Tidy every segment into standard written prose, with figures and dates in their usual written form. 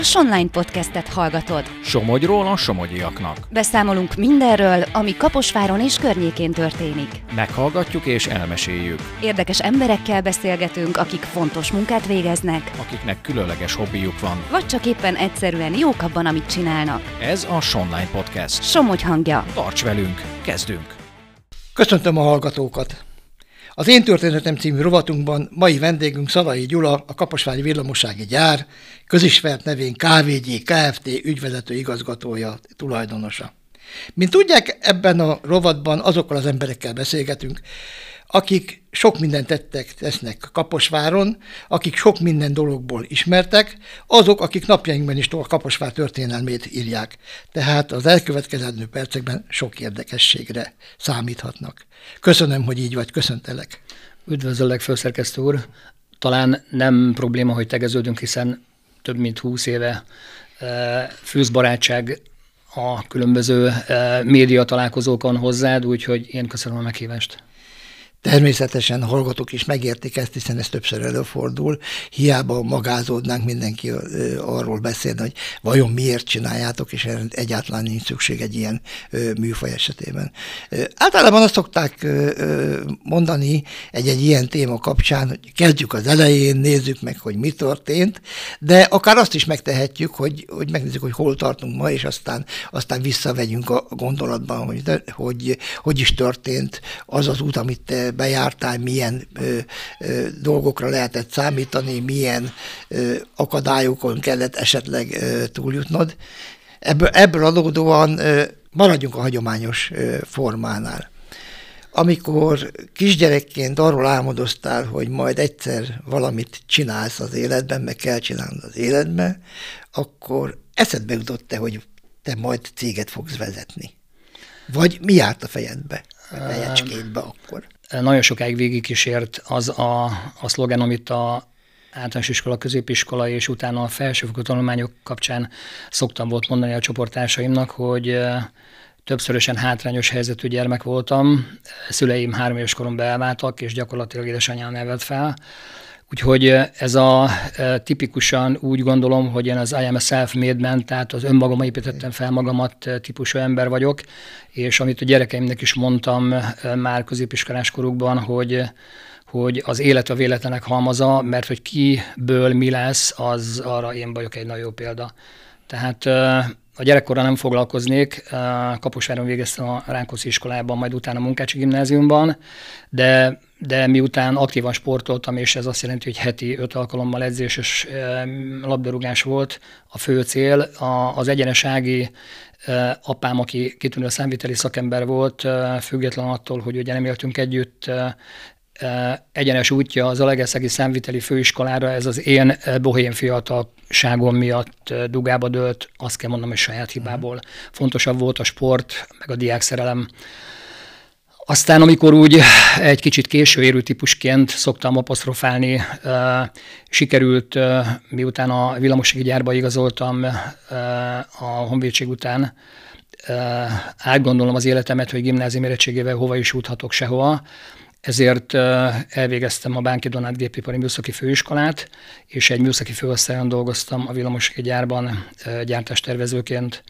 Sonline podcastet hallgatod. Somogyról a somogyiaknak. Beszámolunk mindenről, ami Kaposváron és környékén történik. Meghallgatjuk és elmeséljük. Érdekes emberekkel beszélgetünk, akik fontos munkát végeznek, Akiknek különleges hobbijuk van. vagy csak éppen egyszerűen jók abban, amit csinálnak. Ez a Sonline Podcast. Somogy hangja. Tarts velünk, kezdünk! Köszöntöm a hallgatókat! Az Én történetem című rovatunkban mai vendégünk Szalai Gyula, a Kaposvári Villamossági Gyár, közismert nevén KVG Kft. Ügyvezető igazgatója, tulajdonosa. Mint tudják, ebben a rovatban azokkal az emberekkel beszélgetünk, akik sok mindent tesznek Kaposváron, akik sok minden dologból ismertek, azok, akik napjainkban is a Kaposvár történelmét írják. Tehát az elkövetkezendő percekben sok érdekességre számíthatnak. Köszönöm, hogy így vagy, köszöntelek. Üdvözöllek, főszerkesztő úr. Talán nem probléma, hogy tegeződünk, hiszen több mint 20 éve fűzbarátság a különböző média találkozókon hozzád, úgyhogy én köszönöm a meghívást. Természetesen hallgatók is megértik ezt, hiszen ez többször előfordul. Hiába magázódnánk, mindenki arról beszélni, hogy vajon miért csináljátok, és egyáltalán nincs szükség egy ilyen műfaj esetében. Általában azt szokták mondani egy ilyen téma kapcsán, hogy kezdjük az elején, nézzük meg, hogy mi történt, de akár azt is megtehetjük, hogy megnézzük, hogy hol tartunk ma, és aztán visszavegyünk a gondolatban, hogy is történt az az út, amit te bejártál, milyen dolgokra lehetett számítani, milyen akadályokon kellett esetleg túljutnod. Ebből adódóan maradjunk a hagyományos formánál. Amikor kisgyerekként arról álmodoztál, hogy majd egyszer valamit csinálsz az életben, meg kell csinálnod az életben, akkor eszedbe jutott-e, hogy te majd céget fogsz vezetni? Vagy mi járt a fejedbe, a fejecskédbe akkor? Nagyon sokáig végigkísért az a szlogán, amit a általános iskola, középiskola és utána a felsőfokú tanulmányok kapcsán szoktam volt mondani a csoporttársaimnak, hogy többszörösen hátrányos helyzetű gyermek voltam. Szüleim 3 éves koromban elváltak, és gyakorlatilag édesanyám nevelt fel. Úgyhogy ez a tipikusan úgy gondolom, hogy én az I am a self-made man, tehát az önmagam építettem fel magamat típusú ember vagyok, és amit a gyerekeimnek is mondtam már középiskolás korukban, hogy az élet a véletlenek halmaza, mert hogy kiből mi lesz, az arra én vagyok egy nagyon jó példa. Tehát a gyerekkorral nem foglalkoznék, Kaposváron végeztem a Rákóczi iskolában, majd utána a Munkácsi gimnáziumban, de miután aktívan sportoltam, és ez azt jelenti, hogy heti 5 alkalommal edzés és labdarúgás volt a fő cél, az egyenesági apám, aki kitűnő számviteli szakember volt, független attól, hogy ugye nem éltünk együtt, egyenes útja az Zalaegerszegi Számviteli Főiskolára, ez az én bohém fiatalságom miatt dugába dőlt, azt kell mondanom, hogy saját hibából. Fontosabb volt a sport, meg a diákszerelem. Aztán, amikor úgy egy kicsit késő érő típusként szoktam apostrofálni, sikerült, miután a villamossági gyárba igazoltam a honvédség után, átgondolom az életemet, hogy gimnázium érettségével hova is juthatok sehova. Ezért elvégeztem a Bánki Donát Gépipari Műszaki Főiskolát, és egy műszaki főosztályon dolgoztam a villamossági gyárban gyártástervezőként.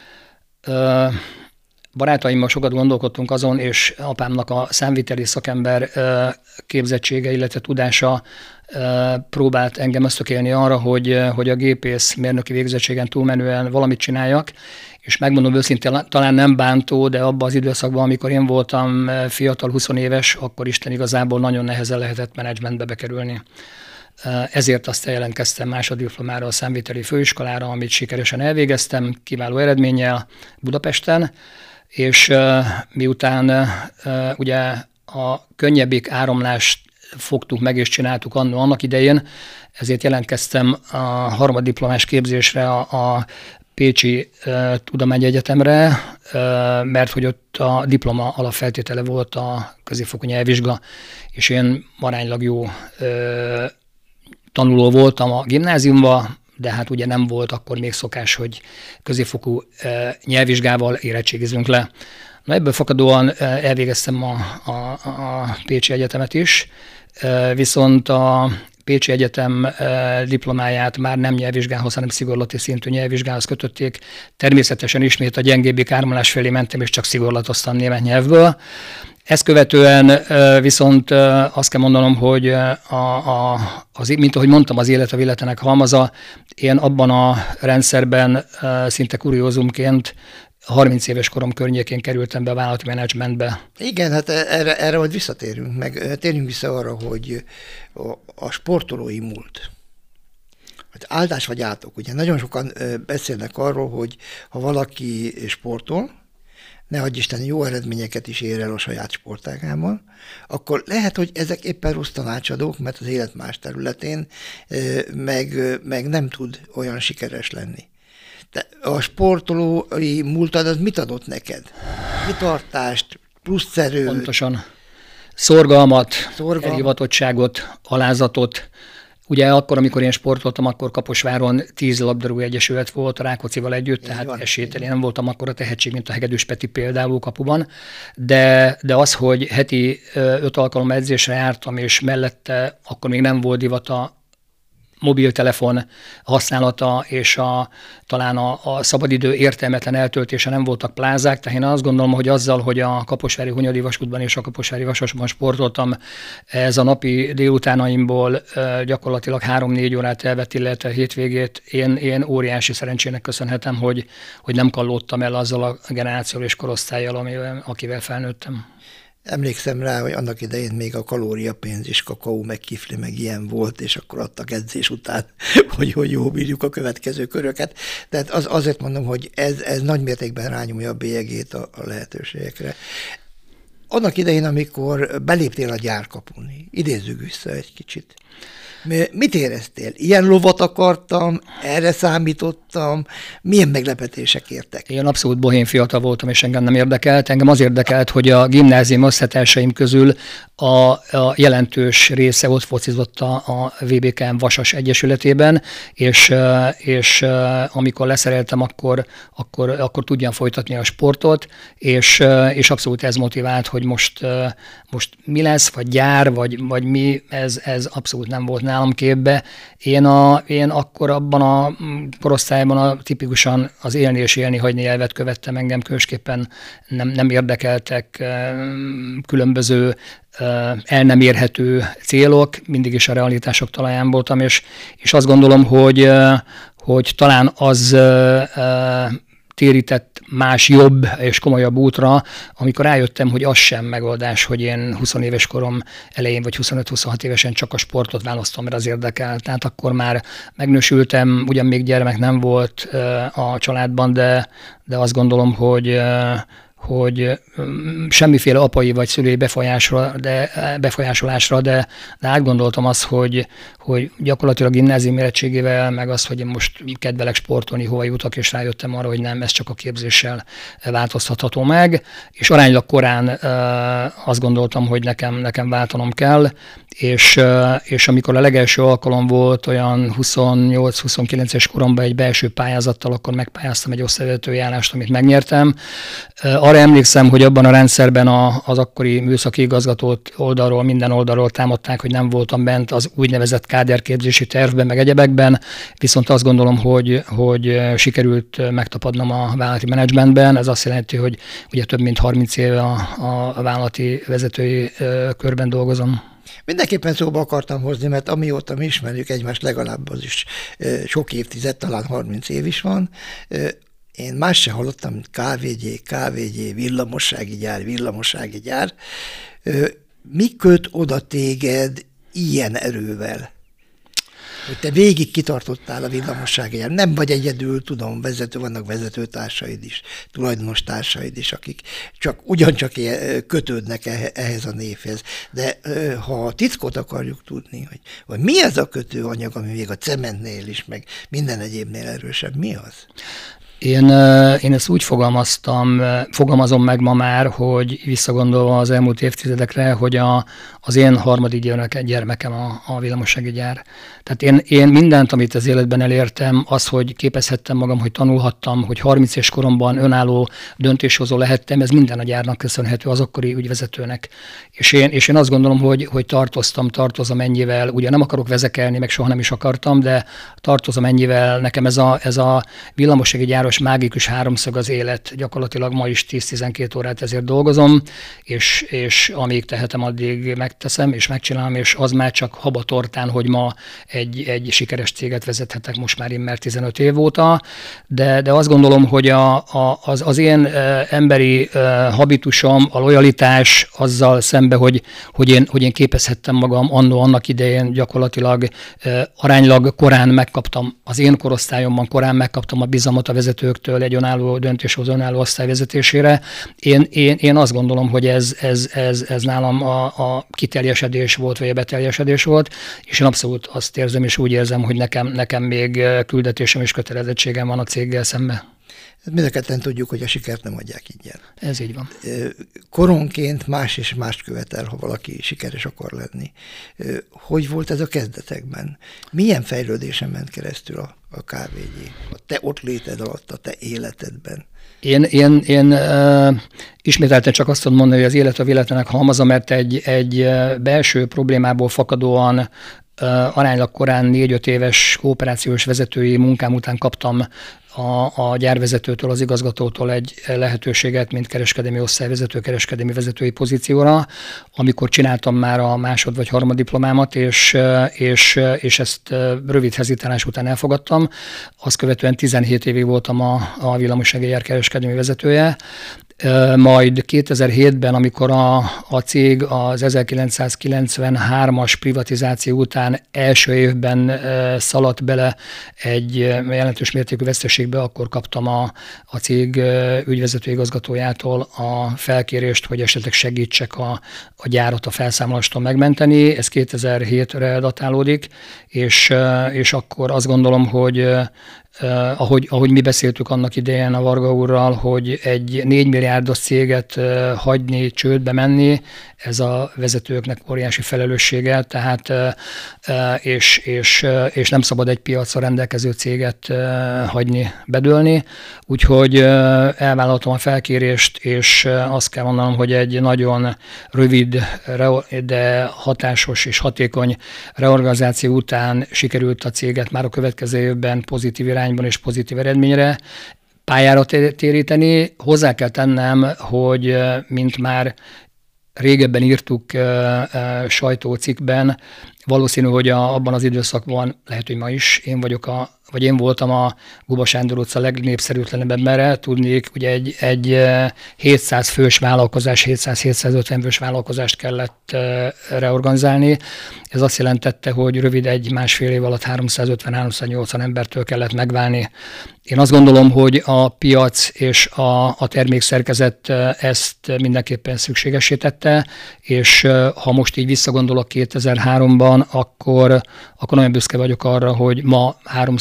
Barátaimmal sokat gondolkodtunk azon, és apámnak a számviteli szakember képzettsége, illetve tudása próbált engem ösztökélni arra, hogy a gépész mérnöki végzettségen túlmenően valamit csináljak, és megmondom őszintén, talán nem bántó, de abban az időszakban, amikor én voltam fiatal, 20 éves, akkor Isten igazából nagyon nehezen lehetett menedzsmentbe bekerülni. Ezért aztán jelentkeztem másodikdiplomára a számviteli főiskolára, amit sikeresen elvégeztem, kiváló eredménnyel Budapesten, és miután ugye a könnyebbik áramlást fogtuk meg és csináltuk annak idején, ezért jelentkeztem a harmaddiplomás képzésre a Pécsi Tudományegyetemre, mert hogy ott a diploma alapfeltétele volt a középfokú nyelvvizsga, és én aránylag jó tanuló voltam a gimnáziumban, de hát ugye nem volt akkor még szokás, hogy középfokú nyelvvizsgával érettségizünk le. Na, ebből fakadóan elvégeztem a Pécsi Egyetemet is, viszont a Pécsi Egyetem diplomáját már nem nyelvvizsgához, hanem szigorlati szintű nyelvvizsgához kötötték. Természetesen ismét a gyengébbi ármulás felé mentem, és csak szigorlatoztam német nyelvből. Ezt követően viszont azt kell mondanom, hogy mint ahogy mondtam, az élet a véletlenek halmaza, én abban a rendszerben szinte kuriózumként 30 éves korom környékén kerültem be a vállalati menedzsmentbe. Igen, hát erre majd visszatérünk, meg térjünk vissza arra, hogy a sportolói múlt. Áldás vagy átok. Ugye nagyon sokan beszélnek arról, hogy ha valaki sportol, ne adj Isten, jó eredményeket is ér el a saját sportágában, akkor lehet, hogy ezek éppen rossz tanácsadók, mert az élet más területén meg nem tud olyan sikeres lenni. De a sportolói múltad az mit adott neked? Kitartást, plusz erő? Pontosan. Szorgalmat, elhivatottságot, alázatot. Ugye akkor, amikor én sportoltam, akkor Kaposváron 10 labdarúgó egyesület volt a Rákóczival együtt, tehát esélytelen nem voltam akkor a tehetség, mint a Hegedűs Peti például kapuban, de az, hogy heti 5 alkalom edzésre jártam, és mellette akkor még nem volt divat a mobiltelefon használata, és talán a szabadidő értelmetlen eltöltése, nem voltak plázák, tehát én azt gondolom, hogy azzal, hogy a Kaposvári Hunyadi Vasútban és a Kaposvári Vasasban sportoltam, ez a napi délutánaimból gyakorlatilag 3-4 órát elvett, illetve hétvégét én óriási szerencsének köszönhetem, hogy nem kallódtam el azzal a generációval és korosztállyal, akivel felnőttem. Emlékszem rá, hogy annak idején még a kalóriapénz és kakaó, meg kifli, meg ilyen volt, és akkor adtak edzés után, hogy jó bírjuk a következő köröket. Tehát azért mondom, hogy ez nagy mértékben rányomja a bélyegét a lehetőségekre. Annak idején, amikor beléptél a gyárkapun, idézzük vissza egy kicsit. Mit éreztél? Ilyen lovat akartam, erre számítottam, milyen meglepetések értek? Én abszolút bohém fiatal voltam, és engem nem érdekelt. Engem az érdekelt, hogy a gimnázium összetársaim közül a jelentős része ott focizott a VBKM Vasas Egyesületében, és amikor leszereltem, akkor tudjam folytatni a sportot, és abszolút ez motivált, hogy most mi lesz, vagy gyár, vagy mi, ez abszolút nem volt nálam képbe. Én akkor abban a korosztályban tipikusan az élni és élni hagyni elvet követtem, engem különösképpen nem érdekeltek különböző el nem érhető célok, mindig is a realitások talaján voltam, és azt gondolom, hogy talán az térített más jobb és komolyabb útra, amikor rájöttem, hogy az sem megoldás, hogy én 20 éves korom elején, vagy 25-26 évesen csak a sportot választom, mert az érdekel. Tehát akkor már megnősültem, ugyan még gyermek nem volt a családban, de azt gondolom, hogy semmiféle apai vagy szülői befolyásolásra, de átgondoltam azt, hogy gyakorlatilag gimnázium érettségével, meg az, hogy én most kedvelek sportolni, hova jutok, és rájöttem arra, hogy nem, ez csak a képzéssel változtatható meg, és aránylag korán azt gondoltam, hogy nekem váltanom kell, és amikor a legelső alkalom volt, olyan 28-29-es koromban egy belső pályázattal, akkor megpályáztam egy osztályvezetői állást, amit megnyertem. Arra emlékszem, hogy abban a rendszerben az akkori műszaki igazgatót minden oldalról támadták, hogy nem voltam bent az úgynevezett káderképzési tervben, meg egyebekben, viszont azt gondolom, hogy sikerült megtapadnom a vállalati menedzsmentben. Ez azt jelenti, hogy ugye több mint 30 éve a vállalati vezetői körben dolgozom. Mindenképpen szóba akartam hozni, mert amióta mi ismerjük egymást, legalább az is sok évtized, talán 30 év is van. Én más se hallottam, mint KVG, villamossági gyár. Mi köt oda téged ilyen erővel? Hogy te végig kitartottál a villamossági gyár. Nem vagy egyedül, tudom, vannak vezetőtársaid is, tulajdonos társaid is, akik ugyancsak kötődnek ehhez a névhez. De ha a titkot akarjuk tudni, hogy mi az a kötőanyag, ami még a cementnél is, meg minden egyébnél erősebb, mi az? Én ezt úgy fogalmazom meg ma már, hogy visszagondolva az elmúlt évtizedekre, hogy az én harmadik gyermekem a villamossággyár. Tehát én mindent, amit az életben elértem, az, hogy képezhettem magam, hogy tanulhattam, hogy 30 éves koromban önálló döntéshozó lehettem, ez minden a gyárnak köszönhető, az akkori ügyvezetőnek. És én azt gondolom, hogy tartozom ennyivel, ugye nem akarok vezekelni, meg soha nem is akartam, de tartozom ennyivel, nekem ez a villamossági gyáros mágikus háromszög az élet. Gyakorlatilag ma is 10-12 órát ezért dolgozom, és amíg tehetem, addig megteszem, és megcsinálom, és az már csak habatortán, hogy ma egy sikeres céget vezethetek most már immár 15 év óta, de azt gondolom, hogy az én emberi habitusom, a lojalitás azzal szembe, hogy én képezhettem magam annak idején gyakorlatilag aránylag korán megkaptam, az én korosztályomban korán megkaptam a bizalmat a vezetőktől egy önálló döntéshozó, önálló osztály vezetésére. Én azt gondolom, hogy ez nálam a kiteljesedés volt, vagy a beteljesedés volt, és én abszolút azt érzem, és úgy érzem, hogy nekem még küldetésem és kötelezettségem van a céggel szemben. Mind a ketten tudjuk, hogy a sikert nem adják ingyen. Ez így van. Koronként más és mást követel, ha valaki sikeres akar lenni. Hogy volt ez a kezdetekben? Milyen fejlődésen ment keresztül a KVG? A te ott léted alatt, a te életedben? Én ismételten csak azt tudom mondani, hogy az élet a véletlenek halmaza, mert egy belső problémából fakadóan aránylag korán 4-5 éves kooperációs vezetői munkám után kaptam a gyárvezetőtől, az igazgatótól egy lehetőséget, mint kereskedelmi osztályvezető, kereskedelmi vezetői pozícióra, amikor csináltam már a másod vagy harmaddiplomámat, és ezt rövid hezitálás után elfogadtam. Azt követően 17 évig voltam a villamossági gyár kereskedelmi vezetője. Majd 2007-ben, amikor a cég az 1993-as privatizáció után első évben szaladt bele egy jelentős mértékű veszteségbe, akkor kaptam a cég ügyvezető igazgatójától a felkérést, hogy esetleg segítsek a gyárat a felszámolástól megmenteni. Ez 2007-re datálódik, és akkor azt gondolom, hogy ahogy mi beszéltük annak idején a Varga úrral, hogy egy 4 milliárdos céget hagyni, csődbe menni, ez a vezetőknek óriási felelőssége, tehát és nem szabad egy piacra rendelkező céget hagyni bedőlni. Úgyhogy elvállaltam a felkérést, és azt kell mondanom, hogy egy nagyon rövid, de hatásos és hatékony reorganizáció után sikerült a céget már a következő évben pozitív irányban és pozitív eredményre pályára téríteni. Hozzá kell tennem, hogy mint már régebben írtuk sajtócikkben, valószínű, hogy abban az időszakban, lehet, hogy ma is, én voltam a Guba Sándor utca legnépszerűtlenebb embere. Tudnék, ugye egy 700 fős vállalkozás, 700-750 fős vállalkozást kellett reorganizálni. Ez azt jelentette, hogy rövid 1-1,5 év alatt 350-380 embertől kellett megválni. Én azt gondolom, hogy a piac és a termékszerkezet ezt mindenképpen szükségessé tette, és ha most így visszagondolok 2003-ban, akkor nagyon büszke vagyok arra, hogy ma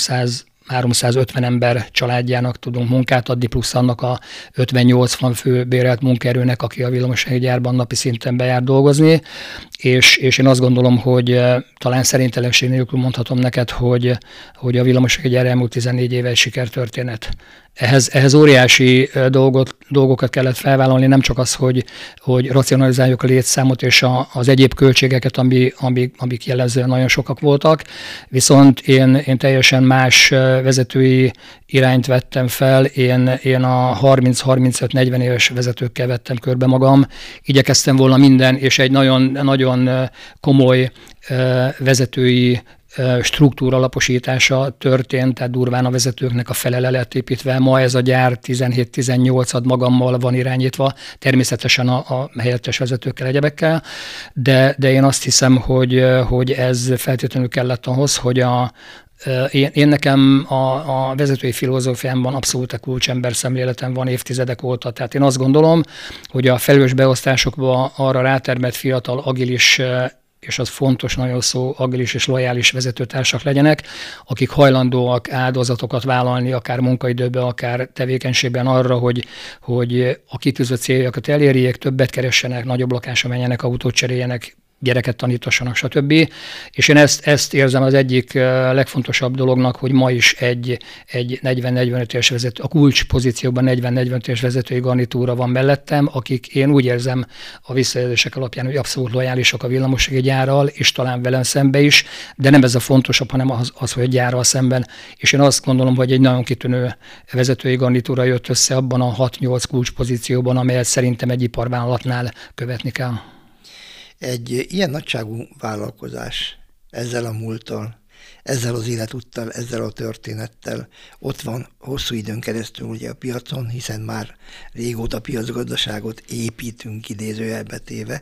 350 ember családjának tudunk munkát adni, plusz annak a 50-80 fő bérelt munkaerőnek, aki a villamossági gyárban napi szinten bejár dolgozni, és én azt gondolom, hogy talán szerintelenség nélkül mondhatom neked, hogy a villamossági gyár elmúlt 14 éve egy sikertörténet. Ehhez óriási dolgokat kellett felvállalni, nem csak az, hogy racionalizáljuk a létszámot és az egyéb költségeket, amik jellemzően nagyon sokak voltak, viszont én teljesen más vezetői irányt vettem fel, én a 30-35-40 éves vezetőkkel vettem körbe magam, igyekeztem volna minden, és egy nagyon, nagyon komoly vezetői struktúra alaposítása történt, tehát durván a vezetőknek a fele le lett építve. Ma ez a gyár 17-18 magammal van irányítva, természetesen a helyettes vezetőkkel, egyebekkel, de én azt hiszem, hogy ez feltétlenül kellett ahhoz, hogy én nekem a vezetői filozófiámban abszolút a kulcsember szemléletem van évtizedek óta. Tehát én azt gondolom, hogy a felelős beosztásokba arra rátermett fiatal, agilis és az fontos nagyon szó, agilis és lojális vezetőtársak legyenek, akik hajlandóak áldozatokat vállalni, akár munkaidőben, akár tevékenységben arra, hogy a kitűzött céljakat elérjék, többet keressenek, nagyobb lakásra menjenek, autót cseréljenek, gyereket tanítassanak, stb. És én ezt érzem az egyik legfontosabb dolognak, hogy ma is egy 40-45 éves vezető, a kulcs pozícióban 40-45 éves vezetői garnitúra van mellettem, akik én úgy érzem a visszajelzések alapján, hogy abszolút lojálisak a villamoségi gyárral, és talán velem szembe is, de nem ez a fontosabb, hanem az, hogy a gyárral szemben. És én azt gondolom, hogy egy nagyon kitűnő vezetői garnitúra jött össze abban a 6-8 kulcs pozícióban, amelyet szerintem egy iparvállalatnál követni kell. Egy ilyen nagyságú vállalkozás ezzel a múlttal, ezzel az életúttal, ezzel a történettel ott van hosszú időn keresztül ugye a piacon, hiszen már régóta piacgazdaságot építünk idézőjelbe téve.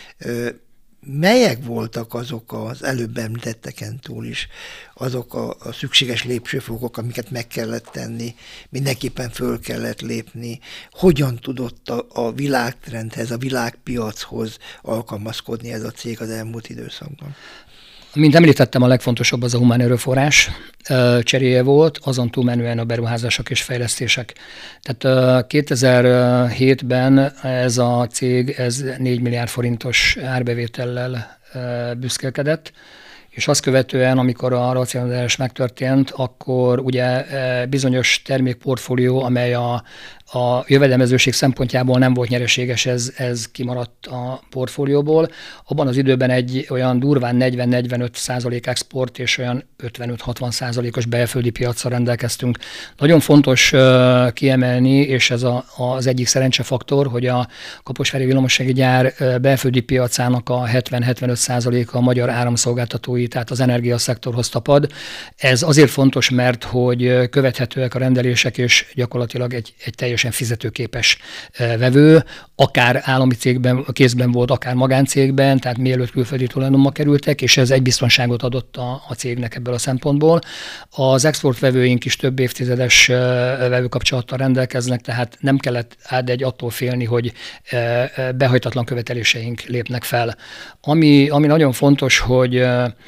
Melyek voltak azok az előbb említetteken túl is, azok a szükséges lépcsőfokok, amiket meg kellett tenni, mindenképpen föl kellett lépni, hogyan tudott a világtrendhez, a világpiachoz alkalmazkodni ez a cég az elmúlt időszakban? Mint említettem, a legfontosabb az a humán erőforrás cseréje volt, azon túlmenően a beruházások és fejlesztések. Tehát 2007-ben ez a cég 4 milliárd forintos árbevétellel büszkélkedett, és azt követően, amikor a racionalizálás megtörtént, akkor ugye bizonyos termékportfólió, amely a jövedelmezőség szempontjából nem volt nyereséges, ez kimaradt a portfólióból. Abban az időben egy olyan durván 40-45% export és olyan 55-60%-os belföldi piaccal rendelkeztünk. Nagyon fontos kiemelni, és ez az egyik szerencsefaktor, hogy a Kaposvári Villamossági Gyár belföldi piacának a 70-75%-a a magyar áramszolgáltatói, tehát az energiaszektorhoz tapad. Ez azért fontos, mert hogy követhetőek a rendelések, és gyakorlatilag egy teljesen fizetőképes vevő, akár állami cégben, kézben volt, akár magáncégben, tehát mielőtt külföldi tulajdonba kerültek, és ez egy biztonságot adott a cégnek ebből a szempontból. Az exportvevőink is több évtizedes vevőkapcsolattal rendelkeznek, tehát nem kellett attól félni, hogy behajtatlan követeléseink lépnek fel. Ami nagyon fontos, hogy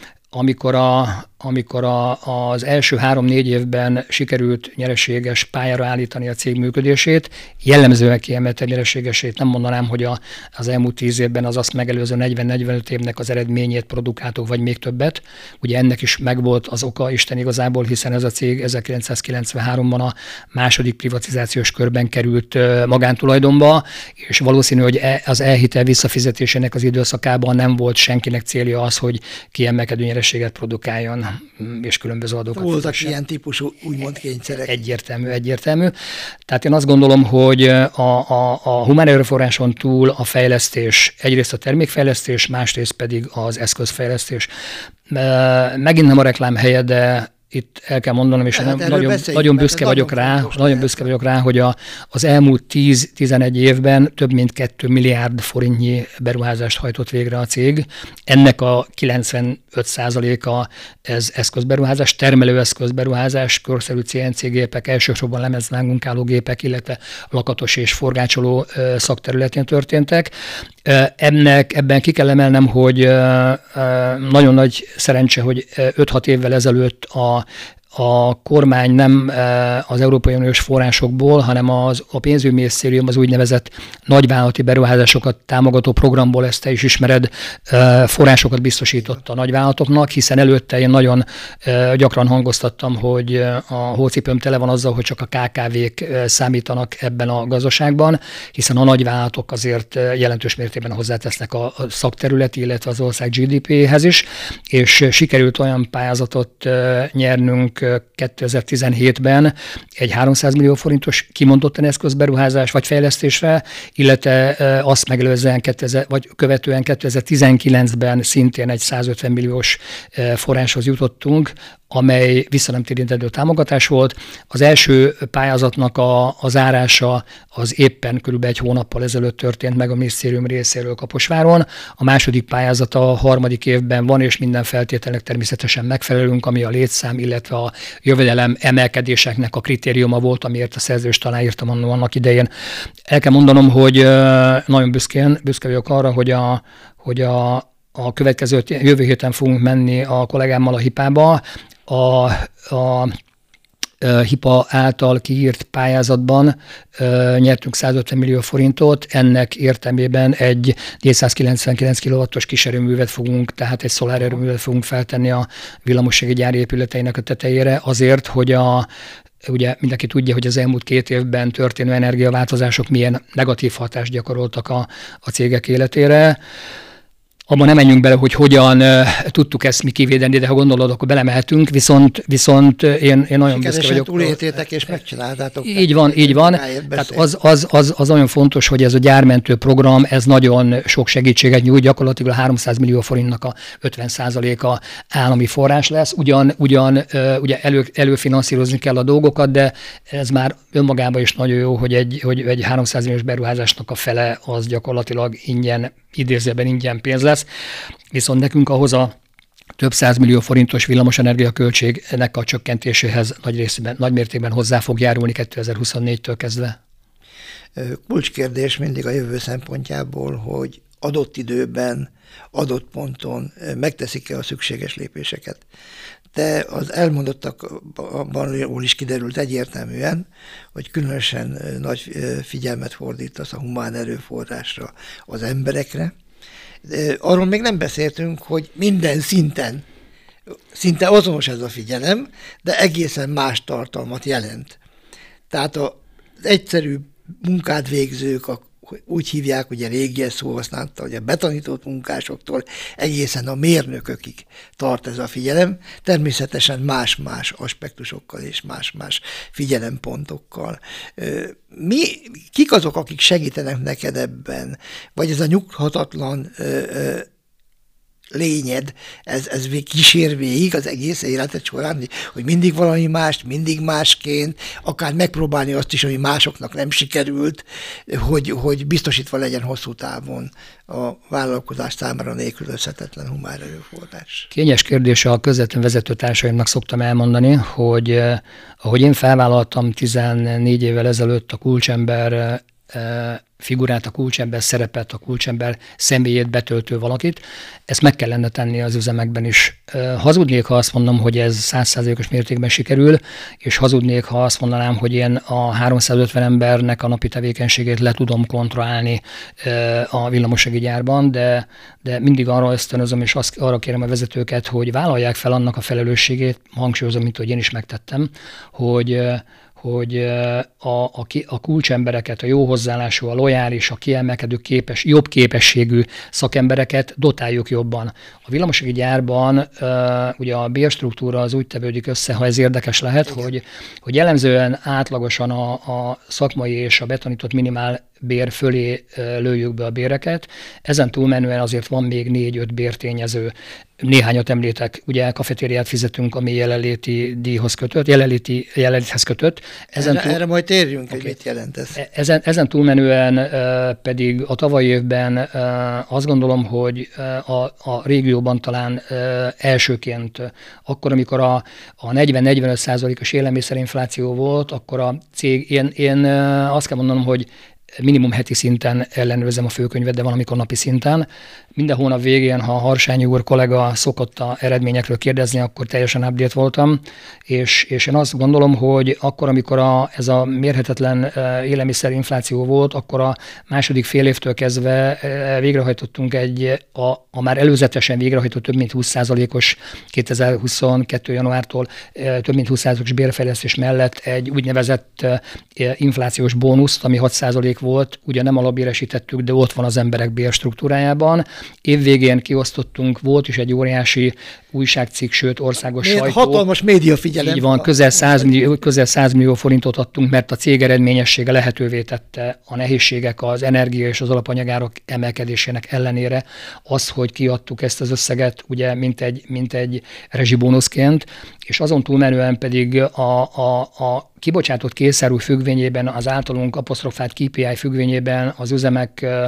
amikor az első 3-4 évben sikerült nyereséges pályára állítani a cég működését, jellemzően kiemelte nyereségesét, nem mondanám, hogy az elmúlt 10 évben az azt megelőző 40-45 évnek az eredményét produkáltuk, vagy még többet. Ugye ennek is megvolt az oka Isten igazából, hiszen ez a cég 1993-ban a második privatizációs körben került magántulajdonba, és valószínű, hogy az elhitel visszafizetésének az időszakában nem volt senkinek célja az, hogy kiemelkedő nyereséget produkáljon, és különböző adókat. Voltak ilyen típusú úgymond kényszerek. Egyértelmű. Tehát én azt gondolom, hogy a humán erőforráson túl a fejlesztés, egyrészt a termékfejlesztés, másrészt pedig az eszközfejlesztés. Megint nem a reklám helye, de itt el kell mondanom, és nagyon büszke vagyok rá, hogy az elmúlt 10-11 évben több mint 2 milliárd forintnyi beruházást hajtott végre a cég. Ennek a 95%-a ez eszközberuházás, termelőeszközberuházás, körszerű CNC gépek, elsősorban lemezvágmunkáló gépek, illetve lakatos és forgácsoló szakterületén történtek. Ebben ki kell emelnem, hogy nagyon nagy szerencse, hogy 5-6 évvel ezelőtt a kormány nem az Európai Uniós forrásokból, hanem a pénzügyminisztérium az úgynevezett nagyvállalati beruházásokat támogató programból, ezt te is ismered, forrásokat biztosított a nagyvállalatoknak, hiszen előtte én nagyon gyakran hangoztattam, hogy a hócipőm tele van azzal, hogy csak a KKV-k számítanak ebben a gazdaságban, hiszen a nagyvállalatok azért jelentős mértékben hozzátesznek a szakterületi, illetve az ország GDP-hez is, és sikerült olyan pályázatot nyernünk 2017-ben egy 300 millió forintos kimondottan eszközberuházás vagy fejlesztésre, illetve azt megelőzően követően 2019-ben szintén egy 150 milliós forráshoz jutottunk, amely visszanemtérítendő támogatás volt. Az első pályázatnak a zárása az éppen körülbelül egy hónappal ezelőtt történt meg a minisztérium részéről Kaposváron. A második pályázat a harmadik évben van, és minden feltételnek természetesen megfelelünk, ami a létszám, illetve a jövedelem emelkedéseknek a kritériuma volt, amiért a szerződést aláírtam annak idején. El kell mondanom, hogy nagyon büszke vagyok arra, hogy a következő jövő héten fogunk menni a kollégámmal a HIPA-ba. A HIPA által kiírt pályázatban nyertünk 150 millió forintot, ennek értelmében egy 499 kW-os kiserőművet fogunk, tehát egy szolárerőművet fogunk feltenni a villamossági gyári épületeinek a tetejére, azért, hogy ugye mindenki tudja, hogy az elmúlt 2 évben történő energiaváltozások milyen negatív hatást gyakoroltak a cégek életére. Abban nem menjünk bele, hogy hogyan tudtuk ezt mi kivédeni, de ha gondolod, akkor belemehetünk, viszont én nagyon büszke vagyok. Túléltétek és megcsináltátok. Így van. Tehát az nagyon fontos, hogy ez a gyármentő program, ez nagyon sok segítséget nyújt, gyakorlatilag a 300 millió forintnak a 50%-a állami forrás lesz. Ugye előfinanszírozni kell a dolgokat, de ez már önmagában is nagyon jó, hogy egy 300 milliós beruházásnak a fele az gyakorlatilag idézőben ingyen pénz lesz, viszont nekünk ahhoz a több 100 millió forintos villamosenergia költségnek a csökkentéséhez nagy mértékben hozzá fog járulni 2024-től kezdve. Kulcskérdés mindig a jövő szempontjából, hogy adott időben, adott ponton megteszik-e a szükséges lépéseket. De az elmondottakban is kiderült egyértelműen, hogy különösen nagy figyelmet fordítasz a humán erőforrásra, az emberekre. De arról még nem beszéltünk, hogy minden szinten, szinte azonos ez a figyelem, de egészen más tartalmat jelent. Tehát az egyszerű munkát végzők, úgy hívják, ugye régi szó használta, hogy a betanított munkásoktól egészen a mérnökökig tart ez a figyelem, természetesen más-más aspektusokkal és más-más figyelempontokkal. Kik azok, akik segítenek neked ebben? Vagy ez a nyughatatlan lényed, ez kísér végig az egész életed során, hogy mindig valami mást, mindig másként, akár megpróbálni azt is, ami másoknak nem sikerült, hogy biztosítva legyen hosszú távon a vállalkozás számára nélkülözhetetlen humán erőforrás. Kényes kérdés, a közvetlen vezetőtársaimnak szoktam elmondani, hogy ahogy én felvállaltam 14 évvel ezelőtt a kulcsember figurát, a kulcsember szerepet, a kulcsember személyét betöltő valakit, ezt meg kellene tenni az üzemekben is. Hazudnék, ha azt mondom, hogy ez 100%-os mértékben sikerül, és hazudnék, ha azt mondanám, hogy én a 350 embernek a napi tevékenységét le tudom kontrollálni a villamossági gyárban, de mindig arra ösztönözöm, és arra kérem a vezetőket, hogy vállalják fel annak a felelősségét, hangsúlyozom, mint hogy én is megtettem, hogy a kulcsembereket, a jó hozzáállású, a lojális, a kiemelkedő jobb képességű szakembereket dotáljuk jobban. A villamossági gyárban ugye a bérstruktúra az úgy tevődik össze, ha ez érdekes lehet, hogy jellemzően átlagosan a szakmai és a betanított minimál bér fölé lőjük be a béreket. Ezen túlmenően azért van még 4-5 bértényező. Néhányat említek, ugye kafetériát fizetünk, ami jelenléti díjhoz kötött, jelenléthez kötött. Erre majd térjünk, hogy mit jelent ez. Ezen túlmenően pedig a tavalyi évben azt gondolom, hogy a régióban talán elsőként, akkor, amikor a 40-45%-os élelmiszerinfláció volt, akkor a cég, én azt kell mondanom, hogy minimum heti szinten ellenőrzem a főkönyvet, de valamikor napi szinten. Minden hónap végén, ha a Harsányi úr kollega szokott a eredményekről kérdezni, akkor teljesen update voltam, és én azt gondolom, hogy akkor, amikor ez a mérhetetlen élelmiszerinfláció volt, akkor a második fél évtől kezdve végrehajtottunk a már előzetesen végrehajtott több mint 20%-os 2022. januártól több mint 20%-os bérfejlesztés mellett egy úgynevezett inflációs bónuszt, ami 6% volt, ugye nem alapbéresítettük, de ott van az emberek bérstruktúrájában. Évvégén kiosztottunk, volt is egy óriási újságcikk, sőt országos sajtó. Hatalmas médiafigyelem. Így van, közel 100 millió forintot adtunk, mert a cég eredményessége lehetővé tette a nehézségek, az energia és az alapanyagárak emelkedésének ellenére az, hogy kiadtuk ezt az összeget, ugye, mint egy rezsibónuszként, és azon túlmenően pedig a kibocsátott készárú függvényében, az általunk apostrofált KPI függvényében az üzemek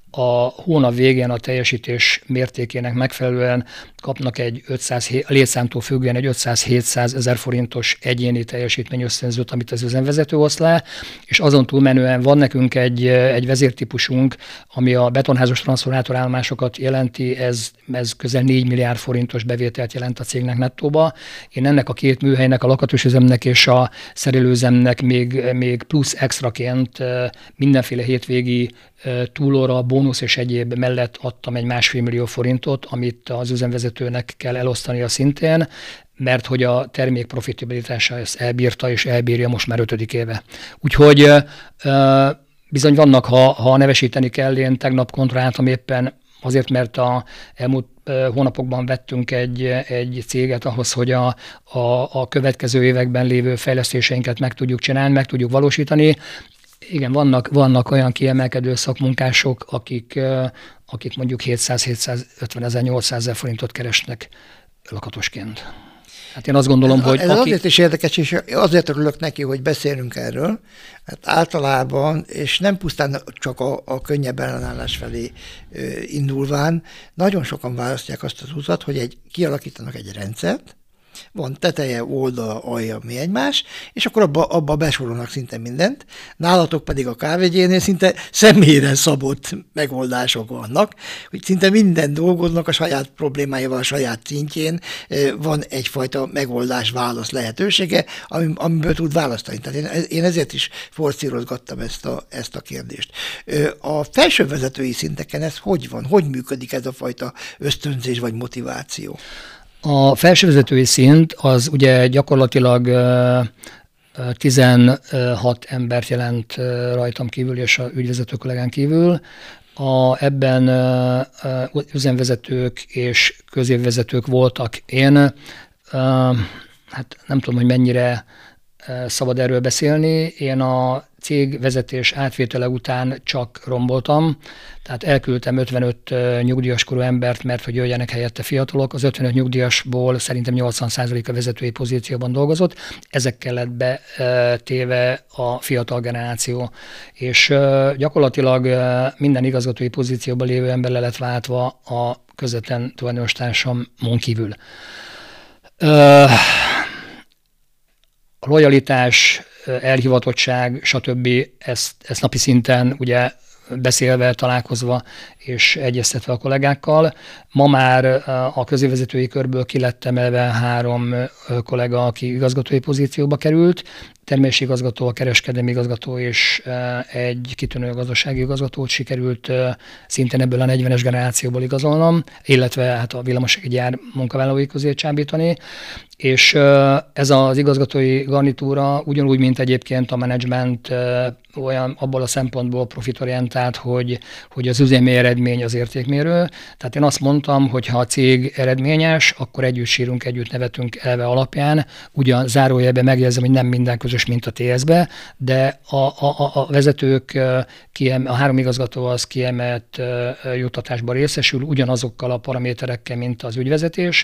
a hónap végén a teljesítés mértékének megfelelően kapnak egy létszámtól függően egy 500-700 ezer forintos egyéni teljesítményösztönzőt, amit az üzemvezető oszt le, és azon túlmenően van nekünk egy vezértípusunk, ami a betonházas transformátorállomásokat jelenti, ez közel 4 milliárd forintos bevételt jelent a cégnek nettóba. Én ennek a két műhelynek, a lakatosüzemnek és a szerelőüzemnek még plusz extraként mindenféle hétvégi túlóra, bónusz és egyéb mellett adtam egy 1,5 millió forintot, amit az üzemvezetőnek kell elosztania szintén, mert hogy a termék profitabilitása ezt elbírta és elbírja most már 5. éve. Úgyhogy bizony vannak, ha nevesíteni kell, én tegnap kontrolláltam éppen azért, mert a elmúlt hónapokban vettünk egy céget ahhoz, hogy a következő években lévő fejlesztéseinket meg tudjuk csinálni, meg tudjuk valósítani. Igen, vannak olyan kiemelkedő szakmunkások, akik mondjuk 700-750 ezer, 800 ezer forintot keresnek lakatosként. Hát én azt gondolom, hogy... Ez azért is érdekes, és azért örülök neki, hogy beszélünk erről, mert általában, és nem pusztán csak a könnyebb ellenállás felé indulván, nagyon sokan választják azt az utat, hogy kialakítanak egy rendszert, van teteje, oldala, alja, mi egymás, és akkor abba besorolnak szinte mindent. Nálatok pedig a KVG-nél szinte személyre szabott megoldások vannak, hogy szinte minden dolgoznak a saját problémájával, a saját szintjén, van egyfajta megoldás-válasz lehetősége, amiből tud választani. Tehát én ezért is forszírozgattam ezt a kérdést. A felső vezetői szinteken ez hogy van? Hogy működik ez a fajta ösztönzés vagy motiváció? A felsővezetői szint az ugye gyakorlatilag 16 embert jelent rajtam kívül és a ügyvezető kollégán kívül. Ebben üzemvezetők és középvezetők voltak. Én hát nem tudom, hogy mennyire szabad erről beszélni. Én a cégvezetés átvétele után csak romboltam, tehát elküldtem 55 nyugdíjas korú embert, mert hogy jöjjenek helyette fiatalok. Az 55 nyugdíjasból szerintem 80% a vezetői pozícióban dolgozott. Ezekkel lett betéve a fiatal generáció. És gyakorlatilag minden igazgatói pozícióban lévő ember le lett váltva a közvetlen tulajdonostársamon kívül. A lojalitás, elhivatottság, stb. Ezt napi szinten ugye beszélve, találkozva és egyeztetve a kollégákkal. Ma már a középvezetői körből ki lett emelve 3 kollega, aki igazgatói pozícióba került, termelési igazgató, a kereskedelmi igazgató és egy kitűnő gazdasági igazgatót sikerült szintén ebből a 40-es generációból igazolnom, illetve hát a villamosági gyár munkavállalói közé csábítani. És ez az igazgatói garnitúra ugyanúgy, mint egyébként a menedzsment olyan abból a szempontból profitorientált, hogy az üzemi eredmény az értékmérő. Tehát én azt mondtam, hogy ha a cég eredményes, akkor együtt sírunk, együtt nevetünk elve alapján. Ugyan zárójelben megjegyzem, hogy nem minden közös, mint a TSZ-be, de a vezetők, a 3 igazgató az kiemelt juttatásban részesül, ugyanazokkal a paraméterekkel, mint az ügyvezetés,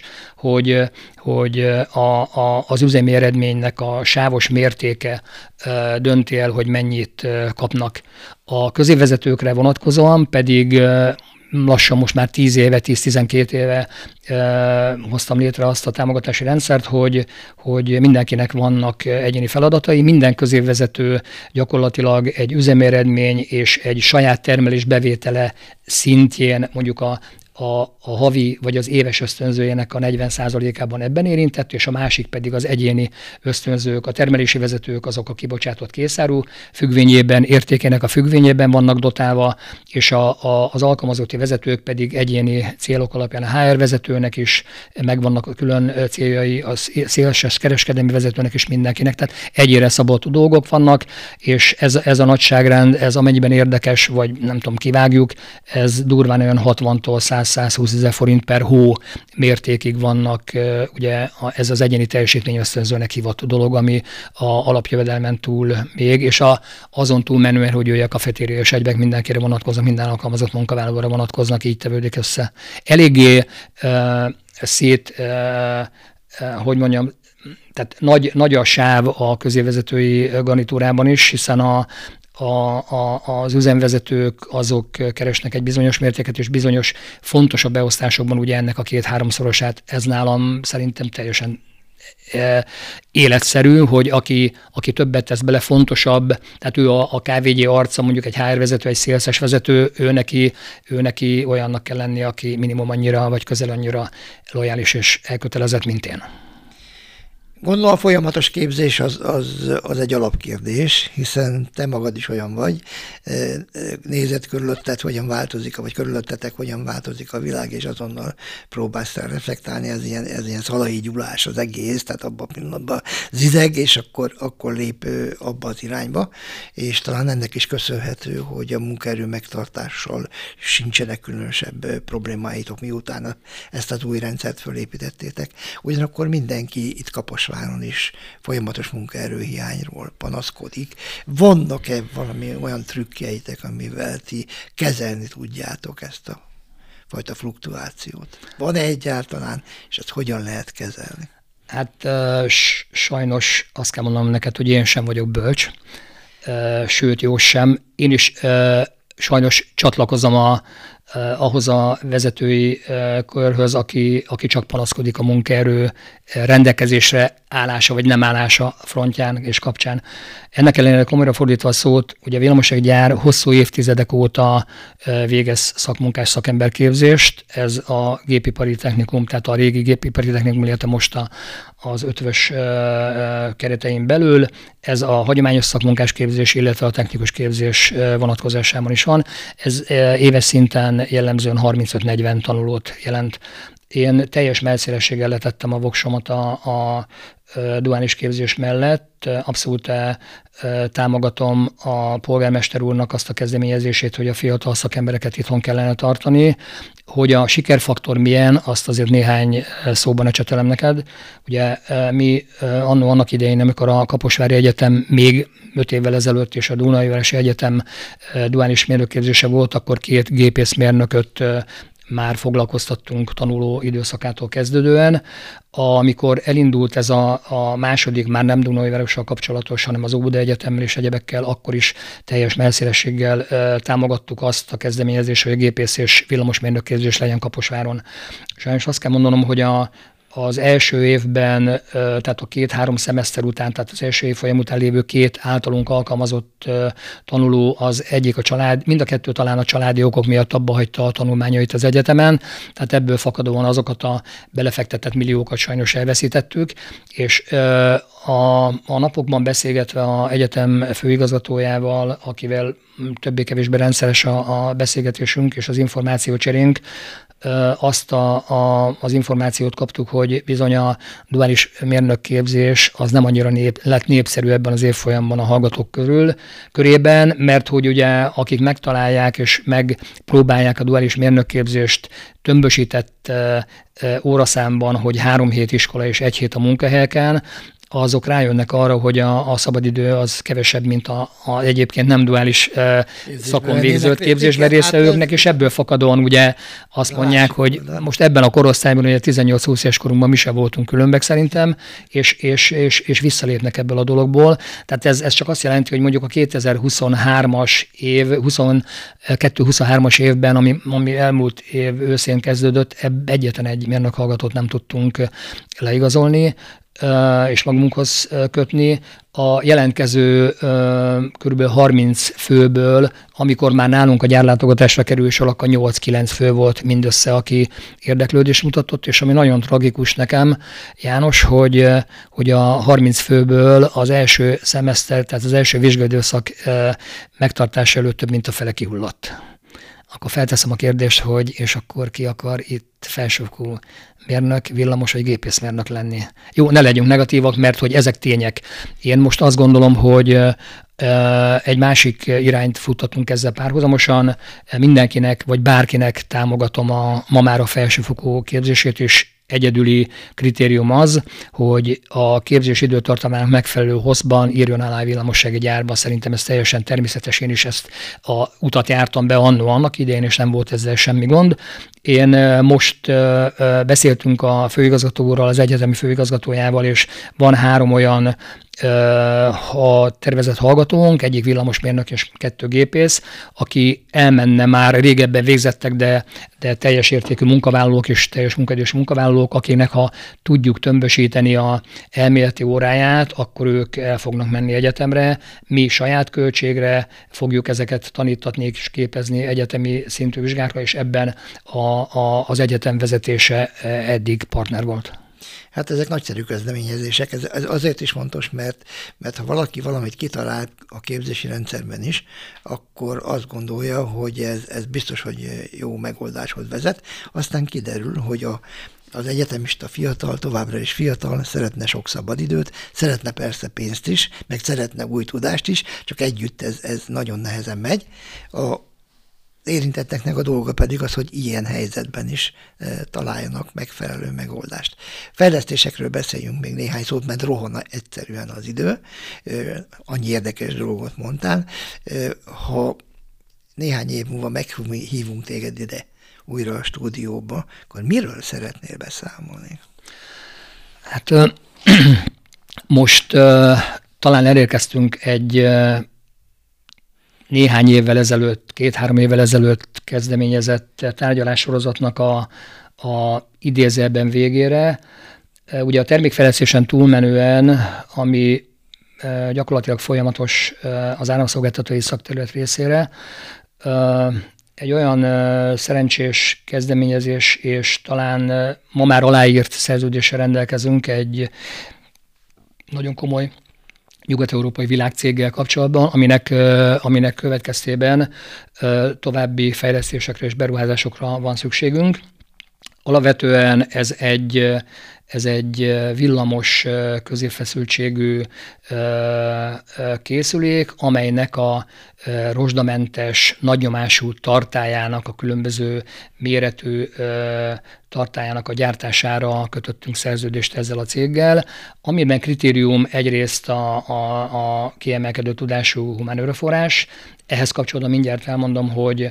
hogy az üzemi eredménynek a sávos mértéke dönti el, hogy mennyit kapnak. A középvezetőkre vonatkozóan pedig lassan most már 10-12 éve hoztam létre azt a támogatási rendszert, hogy mindenkinek vannak egyéni feladatai, minden középvezető gyakorlatilag egy üzemeredmény és egy saját termelés bevétele szintjén mondjuk a havi vagy az éves ösztönzőjének a 40%-ában ebben érintett, és a másik pedig az egyéni ösztönzők, a termelési vezetők, azok a kibocsátott készáru függvényében, értékének a függvényében vannak dotálva, és az alkalmazotti vezetők pedig egyéni célok alapján a HR vezetőnek is megvannak a külön céljai, a szélses kereskedelmi vezetőnek is mindenkinek, tehát egyére szabott dolgok vannak, és ez a nagyságrend, ez amennyiben érdekes, vagy nem tudom, kivágjuk, ez durván olyan 60-tól 100-120 ezer forint per hó mértékig vannak, ugye ez az egyéni teljesítmény ösztönzőnek hívott dolog, ami a alapjövedelmen túl még, és azon túl menően, hogy a kafetéria és egyebek mindenkire vonatkoznak, minden alkalmazott munkavállalóra vonatkoznak, így tevődik össze. Eléggé hogy mondjam, tehát nagy a sáv a középvezetői garnitúrában is, hiszen az üzemvezetők azok keresnek egy bizonyos mértéket, és bizonyos fontosabb beosztásokban ugye ennek a 2-3-szorosát. Ez nálam szerintem teljesen életszerű, hogy aki többet tesz bele, fontosabb, tehát ő a KVG arca, mondjuk egy HR vezető, egy szélszes vezető, ő neki olyannak kell lenni, aki minimum annyira, vagy közel annyira lojális és elkötelezett, mint én. Gondolom a folyamatos képzés az egy alapkérdés, hiszen te magad is olyan vagy, nézed körülötted, hogyan változik, vagy körülöttetek, hogyan változik a világ, és azonnal próbálsz reflektálni, ez ilyen szalai gyulás az egész, tehát abban a pillanatban zizeg, és akkor lép abba az irányba, és talán ennek is köszönhető, hogy a munkaerő megtartással sincsenek különösebb problémáitok, miután ezt az új rendszert fölépítettétek. Ugyanakkor mindenki itt Kaposváron is folyamatos munkaerőhiányról panaszkodik. Vannak-e valami olyan trükkjeitek, amivel ti kezelni tudjátok ezt a fajta fluktuációt? Van-e egyáltalán, és ezt hogyan lehet kezelni? Hát sajnos azt kell mondanom neked, hogy én sem vagyok bölcs, sőt jó sem. Én is sajnos csatlakozom ahhoz a vezetői körhöz, aki csak panaszkodik a munkaerő rendelkezésre állása vagy nem állása frontján és kapcsán. Ennek ellenére komolyra fordítva a szót, ugye a villamossággyár hosszú évtizedek óta végez szakmunkás szakemberképzést, ez a gépipari technikum, tehát a régi gépipari technikum, illetve most az ötvös keretein belül, ez a hagyományos szakmunkás képzés, illetve a technikus képzés vonatkozásában is van. Ez éves szinten jellemzően 35-40 tanulót jelent. Én teljes mellszélességgel letettem a voksomat a duális képzés mellett. Abszolút támogatom a polgármester úrnak azt a kezdeményezését, hogy a fiatal szakembereket itthon kellene tartani. Hogy a sikerfaktor milyen, azt azért néhány szóban ecsetelem neked. Ugye mi annak idején, amikor a Kaposvári Egyetem még 5 évvel ezelőtt és a Dunaújvárosi Egyetem duális mérnökképzése volt, akkor 2 gépészmérnököt már foglalkoztattunk tanuló időszakától kezdődően. Amikor elindult ez a második, már nem Dunaújvárossal kapcsolatos, hanem az Óbuda Egyetemmel és egyebekkel, akkor is teljes mellszélességgel támogattuk azt a kezdeményezést, hogy a gépész és villamosmérnökképzés legyen Kaposváron. Sajnos azt kell mondanom, hogy az első évben, tehát a 2-3 szemeszter után, tehát az első évfolyam után lévő 2 általunk alkalmazott tanuló, az egyik mind a kettő talán a családi okok miatt abba hagyta a tanulmányait az egyetemen, tehát ebből fakadóan azokat a belefektetett milliókat sajnos elveszítettük, és a napokban beszélgetve az egyetem főigazgatójával, akivel többé-kevésbé rendszeres a beszélgetésünk és az információcserénk, azt az információt kaptuk, hogy bizony a duális mérnökképzés az nem annyira lett népszerű ebben az évfolyamban a hallgatók körében, mert hogy ugye akik megtalálják és megpróbálják a duális mérnökképzést tömbösített óraszámban, hogy 3 hét iskola és 1 hét a munkahelyeken, azok rájönnek arra, hogy a szabadidő az kevesebb, mint a egyébként nem duális szakon végzőt képzésben résztvevőknek, és ebből fakadóan ugye azt mondják, hogy most ebben a korosztályban, ugye 18-20 éves korunkban mi sem voltunk különbek szerintem, és visszalépnek ebből a dologból. Tehát ez csak azt jelenti, hogy mondjuk a 2023-as év, 22-23-as évben, ami elmúlt év őszén kezdődött, egyetlen egy mérnökhallgatót nem tudtunk leigazolni, és magunkhoz kötni. A jelentkező kb. 30 főből, amikor már nálunk a gyárlátogatásra kerül sor, akkor 8-9 fő volt mindössze, aki érdeklődést mutatott, és ami nagyon tragikus nekem, János, hogy a 30 főből az első szemeszter, tehát az első vizsgaidőszak megtartása előtt több mint a fele kihullott. Akkor felteszem a kérdést, hogy és akkor ki akar itt felsőfokú mérnök, villamos vagy gépészmérnök lenni. Jó, ne legyünk negatívak, mert hogy ezek tények. Én most azt gondolom, hogy egy másik irányt futtatunk ezzel párhuzamosan. Mindenkinek, vagy bárkinek támogatom ma már a felsőfokú képzését, és egyedüli kritérium az, hogy a képzés időtartamának megfelelő hosszban írjon alá villamossági gyárba. Szerintem ez teljesen természetes, én is ezt a utat jártam be annak idején, és nem volt ezzel semmi gond. Én most beszéltünk a főigazgatóról, az egyetemi főigazgatójával, és van 3 olyan a tervezett hallgatónk, egyik villamosmérnök és 2 gépész, aki elmenne már régebben végzettek, de teljes értékű munkavállalók és teljes munkaidős munkavállalók, akinek ha tudjuk tömbösíteni a elméleti óráját, akkor ők el fognak menni egyetemre, mi saját költségre fogjuk ezeket tanítatni és képezni egyetemi szintű vizsgákra, és ebben az egyetem vezetése eddig partner volt. Hát ezek nagyszerű kezdeményezések, ez azért is fontos, mert ha valaki valamit kitalál a képzési rendszerben is, akkor azt gondolja, hogy ez biztos, hogy jó megoldáshoz vezet. Aztán kiderül, hogy az egyetemista fiatal, továbbra is fiatal, szeretne sok szabadidőt, szeretne persze pénzt is, meg szeretne új tudást is, csak együtt ez nagyon nehezen megy. Érintetteknek a dolga pedig az, hogy ilyen helyzetben is találjanak megfelelő megoldást. Fejlesztésekről beszéljünk még néhány szót, mert rohan egyszerűen az idő. Annyi érdekes dolgot mondtál. Ha néhány év múlva meghívunk téged ide újra a stúdióba, akkor miről szeretnél beszámolni? Hát most talán elérkeztünk egy néhány évvel ezelőtt, 2-3 évvel ezelőtt kezdeményezett tárgyalássorozatnak a idézőjelben végére. Ugye a termékfejlesztésen túlmenően, ami gyakorlatilag folyamatos az áramszolgáltatói szakterület részére, egy olyan szerencsés kezdeményezés, és talán ma már aláírt szerződéssel rendelkezünk egy nagyon komoly nyugat-európai világcéggel kapcsolatban, aminek következtében további fejlesztésekre és beruházásokra van szükségünk. Alapvetően ez egy villamos középfeszültségű készülék, amelynek a rozsdamentes, nagynyomású tartályának, a különböző méretű tartályának a gyártására kötöttünk szerződést ezzel a céggel, amiben kritérium egyrészt a kiemelkedő tudású humán erőforrás. Ehhez kapcsolatban mindjárt elmondom, hogy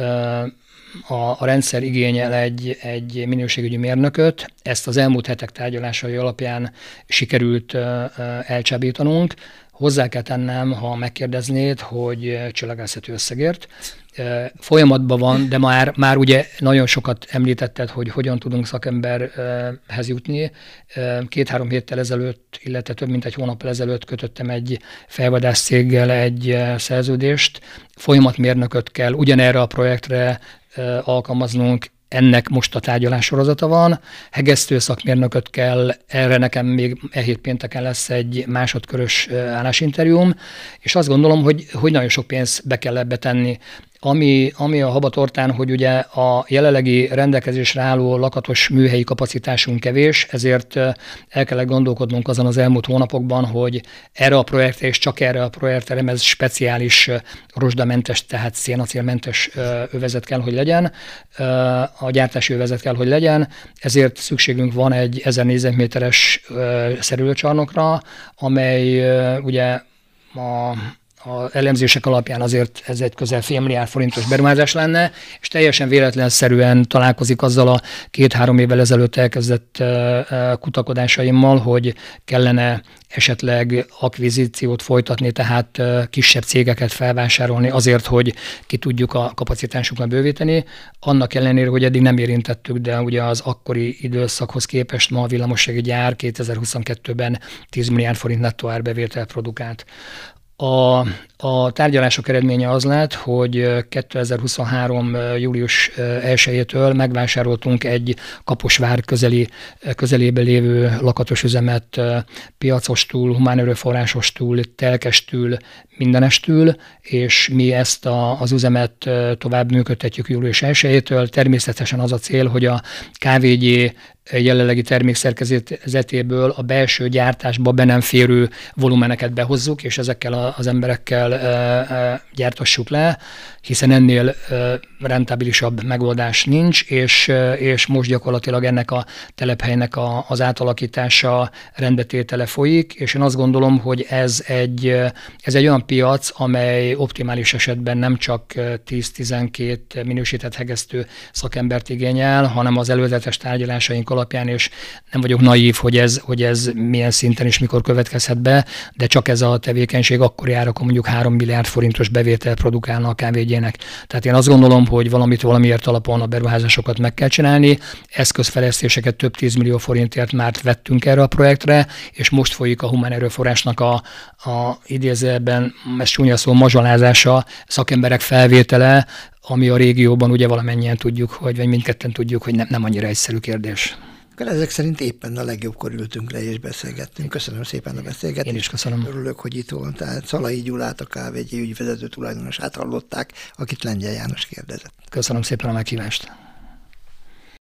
a rendszer igényel egy minőségügyi mérnököt. Ezt az elmúlt hetek tárgyalásai alapján sikerült elcsábítanunk. Hozzá kell tennem, ha megkérdeznéd, hogy csillagászati összegért. Folyamatban van, de már ugye nagyon sokat említetted, hogy hogyan tudunk szakemberhez jutni. 2-3 héttel ezelőtt, illetve több mint egy hónappal ezelőtt kötöttem egy fejvadász céggel egy szerződést. Folyamatmérnököt kell ugyanerre a projektre alkalmaznunk, ennek most a tárgyalássorozata van. Hegesztő szakmérnököt kell, erre nekem még hét pénteken lesz egy másodkörös állásinterjúm, és azt gondolom, hogy nagyon sok pénzt be kell ebbe tenni. Ami a habatortán, hogy ugye a jelenlegi rendelkezésre álló lakatos műhelyi kapacitásunk kevés, ezért el kellett gondolkodnunk azon az elmúlt hónapokban, hogy erre a projektre és csak erre a projektre ez speciális rozsdamentes, tehát szénacélmentes övezet kell, hogy legyen, a gyártási övezet kell, hogy legyen, ezért szükségünk van egy 1000 négyzetméteres szerelőcsarnokra, amely ugye az elemzések alapján azért ez egy közel $500 millió forintos beruházás lenne, és teljesen véletlenszerűen találkozik azzal a 2-3 évvel ezelőtt elkezdett kutakodásaimmal, hogy kellene esetleg akvizíciót folytatni, tehát kisebb cégeket felvásárolni azért, hogy ki tudjuk a kapacitásunkat bővíteni. Annak ellenére, hogy eddig nem érintettük, de ugye az akkori időszakhoz képest ma a villamossági gyár 2022-ben 10 milliárd forint nettó árbevétel produkált. A tárgyalások eredménye az lett, hogy 2023. július 1-től megvásároltunk egy Kaposvár közelében lévő lakatos üzemet piacostól, humán erőforrásostól, telkestől, mindenestől, és mi ezt az üzemet tovább működtetjük július 1-től. Természetesen az a cél, hogy a KVG jelenlegi termékszerkezetéből a belső gyártásba be nem férő volumeneket behozzuk, és ezekkel az emberekkel gyártassuk le, hiszen ennél rentábilisabb megoldás nincs, és most gyakorlatilag ennek a telephelynek az átalakítása, rendbetétele folyik, és én azt gondolom, hogy ez egy olyan piac, amely optimális esetben nem csak 10-12 minősített hegesztő szakembert igényel, hanem az előzetes tárgyalásaink alapján, és nem vagyok naív, hogy ez milyen szinten és mikor következhet be, de csak ez a tevékenység akkor jár, akkor mondjuk 3 milliárd forintos bevétel produkálna a KVG-nek. Tehát én azt gondolom, hogy valamiért alapon a beruházásokat meg kell csinálni, eszközfejlesztéseket több 10 millió forintért már vettünk erre a projektre, és most folyik a humán erőforrásnak a idézőben, ez csúnya szó, mazsolázása, szakemberek felvétele, ami a régióban ugye valamennyien tudjuk, vagy mindketten tudjuk, hogy nem annyira egyszerű kérdés. Ezek szerint éppen a legjobbkor ültünk le és beszélgettünk. Köszönöm szépen a beszélgetést. Én is köszönöm. Örülök, hogy itt volt. Tehát Szalai Gyulát, a KVG ügyvezető tulajdonosát hallották, akit Lengyel János kérdezett. Köszönöm szépen a meghívást.